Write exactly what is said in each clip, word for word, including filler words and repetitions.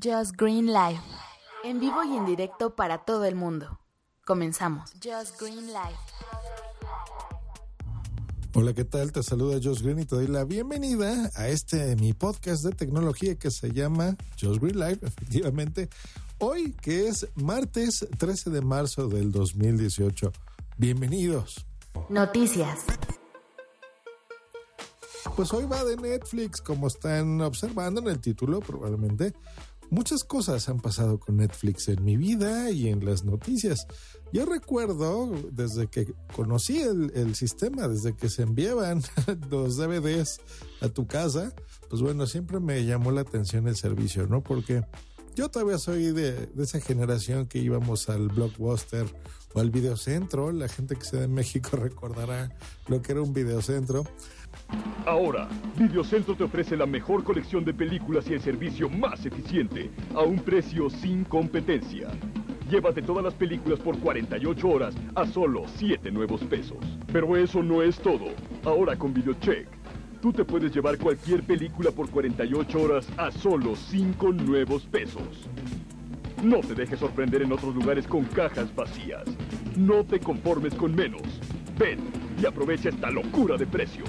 Just Green Live, en vivo y en directo para todo el mundo. Comenzamos. Just Green Live. Hola, ¿qué tal? Te saluda Josh Green y te doy la bienvenida a este mi podcast de tecnología que se llama Just Green Live, efectivamente. Hoy, que es martes trece de marzo del dos mil dieciocho. Bienvenidos. Noticias. Pues hoy va de Netflix, como están observando en el título probablemente. Muchas cosas han pasado con Netflix en mi vida y en las noticias. Yo recuerdo desde que conocí el, el sistema, desde que se enviaban los D V Ds a tu casa, pues bueno, siempre me llamó la atención el servicio, ¿no? Porque yo todavía soy de, de esa generación que íbamos al Blockbuster o al Videocentro. La gente que sea de México recordará lo que era un Videocentro. Ahora, Videocentro te ofrece la mejor colección de películas y el servicio más eficiente, a un precio sin competencia. Llévate todas las películas por cuarenta y ocho horas a solo siete nuevos pesos. Pero eso no es todo. Ahora con VideoCheck, tú te puedes llevar cualquier película por cuarenta y ocho horas a solo cinco nuevos pesos. No te dejes sorprender en otros lugares con cajas vacías. No te conformes con menos. Ven y aprovecha esta locura de precios.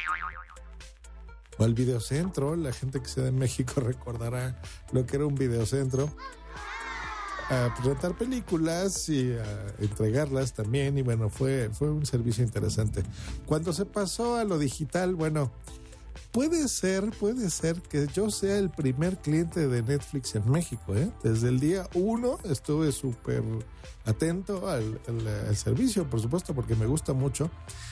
O al Videocentro, la gente que sea de México recordará lo que era un Videocentro. A rentar películas y a entregarlas también, y bueno, fue, fue un servicio interesante. Cuando se pasó a lo digital, bueno, puede ser, puede ser que yo sea el primer cliente de Netflix en México, ¿eh? Desde el día uno estuve súper atento al, al, al servicio, por supuesto, porque me gusta mucho.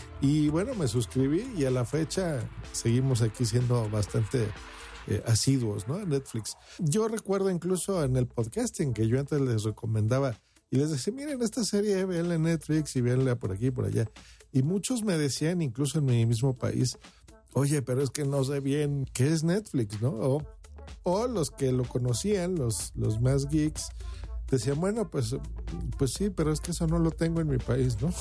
Y bueno, me suscribí y a la fecha seguimos aquí siendo bastante eh, asiduos, ¿no? En Netflix. Yo recuerdo incluso en el podcasting que yo antes les recomendaba y les decía, miren esta serie, véanla en Netflix y véanla por aquí y por allá. Y muchos me decían, incluso en mi mismo país, oye, pero es que no sé bien qué es Netflix, ¿no? O, o los que lo conocían, los, los más geeks, decían, bueno, pues, pues sí, pero es que eso no lo tengo en mi país, ¿no?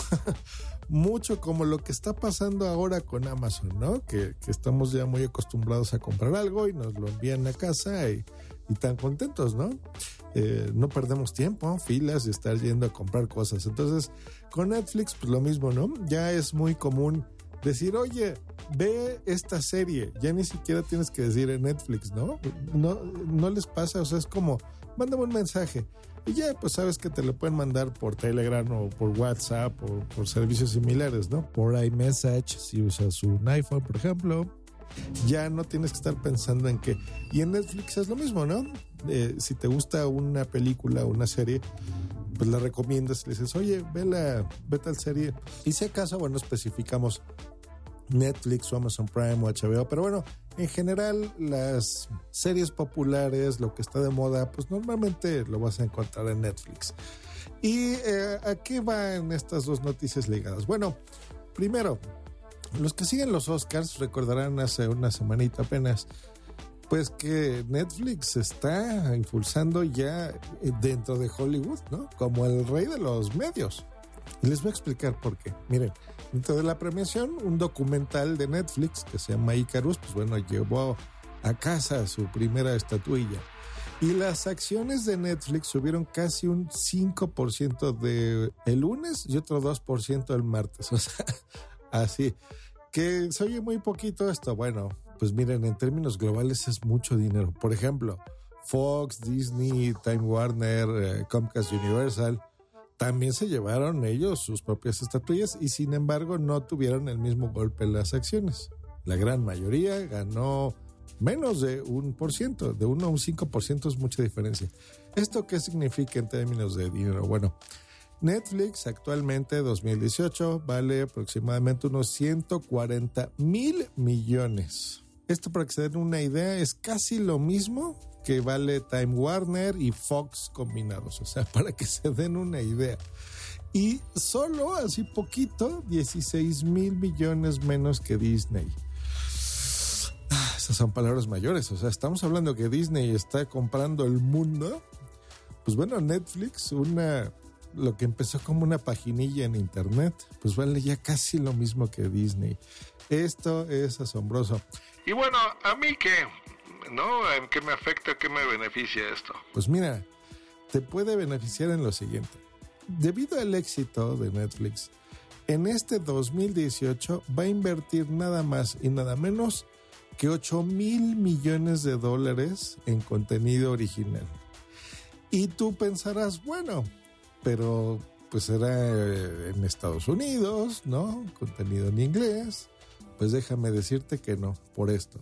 Mucho como lo que está pasando ahora con Amazon, ¿no? Que, que estamos ya muy acostumbrados a comprar algo y nos lo envían a casa y, y tan contentos, ¿no? Eh, no perdemos tiempo, filas y estar yendo a comprar cosas. Entonces, con Netflix, pues lo mismo, ¿no? Ya es muy común decir, oye, ve esta serie. Ya ni siquiera tienes que decir en Netflix, ¿no? No, no les pasa, o sea, es como, mándame un mensaje. Y ya, pues sabes que te lo pueden mandar por Telegram o por WhatsApp o por servicios similares, ¿no? Por iMessage, si usas un iPhone, por ejemplo. Ya no tienes que estar pensando en que... Y en Netflix es lo mismo, ¿no? Eh, si te gusta una película o una serie, pues la recomiendas y le dices, oye, ve, la, ve tal serie. Y si acaso, bueno, especificamos Netflix o Amazon Prime o H B O, pero bueno, en general las series populares, lo que está de moda, pues normalmente lo vas a encontrar en Netflix. ¿Y eh, a qué van estas dos noticias ligadas? Bueno, primero, los que siguen los Oscars recordarán hace una semanita apenas, pues que Netflix está impulsando ya dentro de Hollywood, ¿no? Como el rey de los medios. Y les voy a explicar por qué. Miren, dentro de la premiación, un documental de Netflix que se llama Icarus, pues bueno, llevó a casa su primera estatuilla. Y las acciones de Netflix subieron casi un cinco por ciento de el lunes y otro dos por ciento el martes. O sea, así. Que se oye muy poquito esto. Bueno, pues miren, en términos globales es mucho dinero. Por ejemplo, Fox, Disney, Time Warner, eh, Comcast Universal, también se llevaron ellos sus propias estatuillas y sin embargo no tuvieron el mismo golpe en las acciones. La gran mayoría ganó menos de un por ciento, de uno a un cinco por ciento es mucha diferencia. ¿Esto qué significa en términos de dinero? Bueno, Netflix actualmente dos mil dieciocho vale aproximadamente unos ciento cuarenta mil millones. Esto, para que se den una idea, es casi lo mismo que vale Time Warner y Fox combinados, o sea, para que se den una idea. Y solo, así poquito, dieciséis mil millones menos que Disney. Ah, esas son palabras mayores, o sea, estamos hablando que Disney está comprando el mundo. Pues bueno, Netflix, una, lo que empezó como una paginilla en internet, pues vale ya casi lo mismo que Disney. Esto es asombroso. Y bueno, a mí que ¿no? ¿En qué me afecta, qué me beneficia esto? Pues mira, te puede beneficiar en lo siguiente. Debido al éxito de Netflix, en este dos mil dieciocho va a invertir nada más y nada menos que ocho mil millones de dólares en contenido original. Y tú pensarás, bueno, pero pues será en Estados Unidos, ¿no? Contenido en inglés. Pues déjame decirte que no, por esto.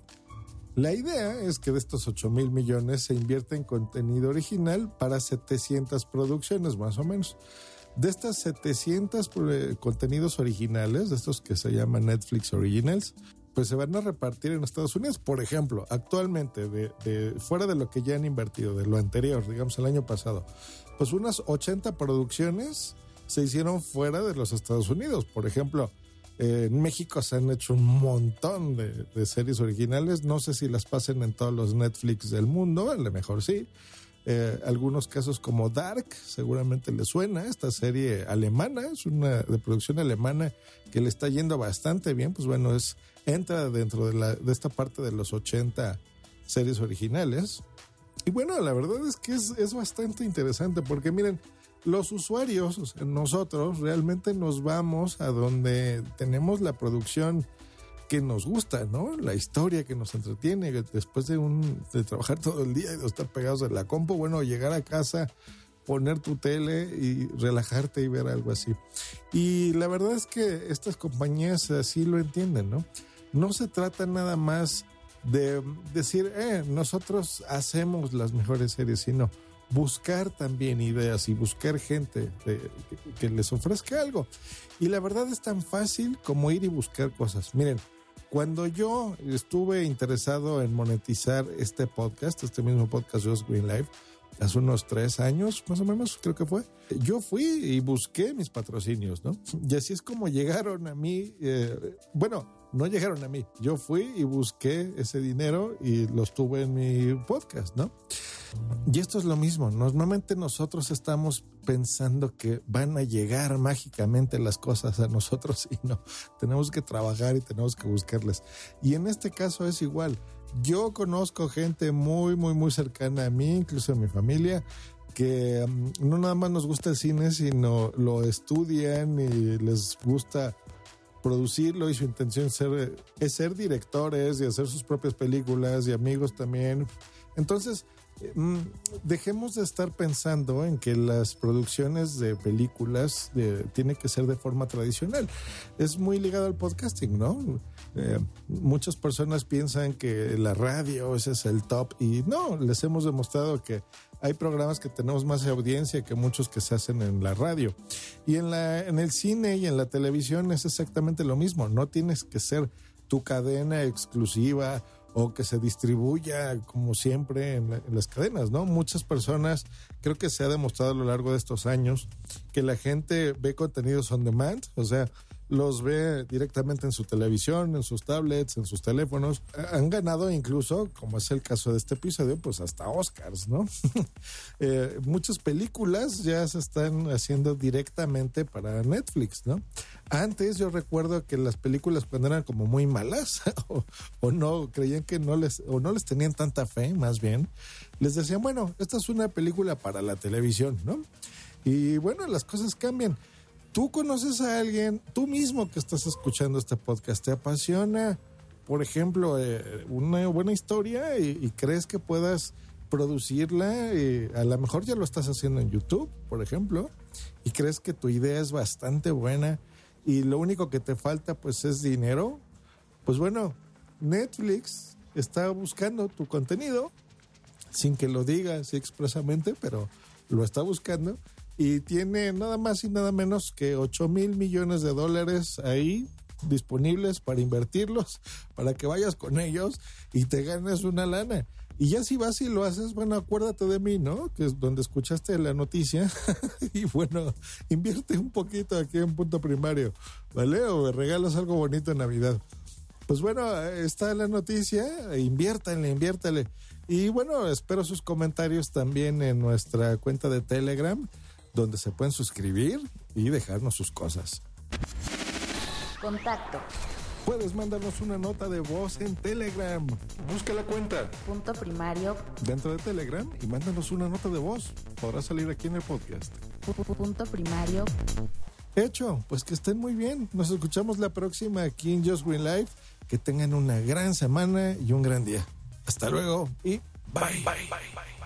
La idea es que de estos ocho mil millones se invierte en contenido original para setecientas producciones, más o menos. De estas setecientos contenidos originales, de estos que se llaman Netflix Originals, pues se van a repartir en Estados Unidos. Por ejemplo, actualmente, de, de fuera de lo que ya han invertido, de lo anterior, digamos el año pasado, pues unas ochenta producciones se hicieron fuera de los Estados Unidos. Por ejemplo, eh, en México se han hecho un montón de, de series originales. No sé si las pasen en todos los Netflix del mundo, a lo mejor sí. Eh, algunos casos como Dark, seguramente les suena, esta serie alemana, es una de producción alemana que le está yendo bastante bien. Pues bueno, es entra dentro de, la, de esta parte de los ochenta series originales. Y bueno, la verdad es que es, es bastante interesante porque miren, los usuarios, o sea, nosotros realmente nos vamos a donde tenemos la producción que nos gusta, ¿no? La historia que nos entretiene, después de un de trabajar todo el día y de estar pegados a la compu, bueno, llegar a casa, poner tu tele y relajarte y ver algo así. Y la verdad es que estas compañías así lo entienden, ¿no? No se trata nada más de decir, eh, nosotros hacemos las mejores series, sino buscar también ideas y buscar gente de, que, que les ofrezca algo. Y la verdad es tan fácil como ir y buscar cosas. Miren, cuando yo estuve interesado en monetizar este podcast, este mismo podcast Just Green Life, hace unos tres años más o menos, creo que fue, yo fui y busqué mis patrocinios, ¿no? Y así es como llegaron a mí, eh, bueno, no llegaron a mí, yo fui y busqué ese dinero y los tuve en mi podcast, ¿no? Y esto es lo mismo, normalmente nosotros estamos pensando que van a llegar mágicamente las cosas a nosotros y no, tenemos que trabajar y tenemos que buscarlas. Y en este caso es igual, yo conozco gente muy, muy, muy cercana a mí, incluso a mi familia, que um, no nada más nos gusta el cine, sino lo estudian y les gusta producirlo y su intención es ser, es ser directores y hacer sus propias películas y amigos también. Entonces, dejemos de estar pensando en que las producciones de películas de, tienen que ser de forma tradicional. Es muy ligado al podcasting, ¿no? Eh, muchas personas piensan que la radio ese es el top y no, les hemos demostrado que hay programas que tenemos más audiencia que muchos que se hacen en la radio. Y en, la, en el cine y en la televisión es exactamente lo mismo. No tienes que ser tu cadena exclusiva o que se distribuya como siempre en, la, en las cadenas, ¿no? Muchas personas, creo que se ha demostrado a lo largo de estos años que la gente ve contenidos on demand, o sea, los ve directamente en su televisión, en sus tablets, en sus teléfonos. Han ganado incluso, como es el caso de este episodio, pues hasta Oscars, ¿no? eh, muchas películas ya se están haciendo directamente para Netflix, ¿no? Antes yo recuerdo que las películas cuando eran como muy malas o, o no, creían que no les, o no les tenían tanta fe, más bien, les decían, bueno, esta es una película para la televisión, ¿no? Y bueno, las cosas cambian. Tú conoces a alguien, tú mismo que estás escuchando este podcast, ¿te apasiona, por ejemplo, eh, una buena historia y, y crees que puedas producirla? Y a lo mejor ya lo estás haciendo en YouTube, por ejemplo, y crees que tu idea es bastante buena y lo único que te falta pues es dinero. Pues bueno, Netflix está buscando tu contenido, sin que lo diga así expresamente, pero lo está buscando. Y tiene nada más y nada menos que ocho mil millones de dólares ahí disponibles para invertirlos, para que vayas con ellos y te ganes una lana. Y ya si vas y lo haces, bueno, acuérdate de mí, ¿no? Que es donde escuchaste la noticia. Y bueno, invierte un poquito aquí en Punto Primario, ¿vale? O me regalas algo bonito en Navidad. Pues bueno, está la noticia, inviértanle, inviértale. Y bueno, espero sus comentarios también en nuestra cuenta de Telegram, donde se pueden suscribir y dejarnos sus cosas. Contacto Puedes mandarnos una nota de voz en Telegram. Busca la cuenta Punto primario. dentro de Telegram y mándanos una nota de voz. Podrá salir aquí en el podcast. Punto primario. Hecho, pues que estén muy bien. Nos escuchamos la próxima aquí en Just Green Life. Que tengan una gran semana y un gran día. Hasta luego y bye. Bye, bye, bye.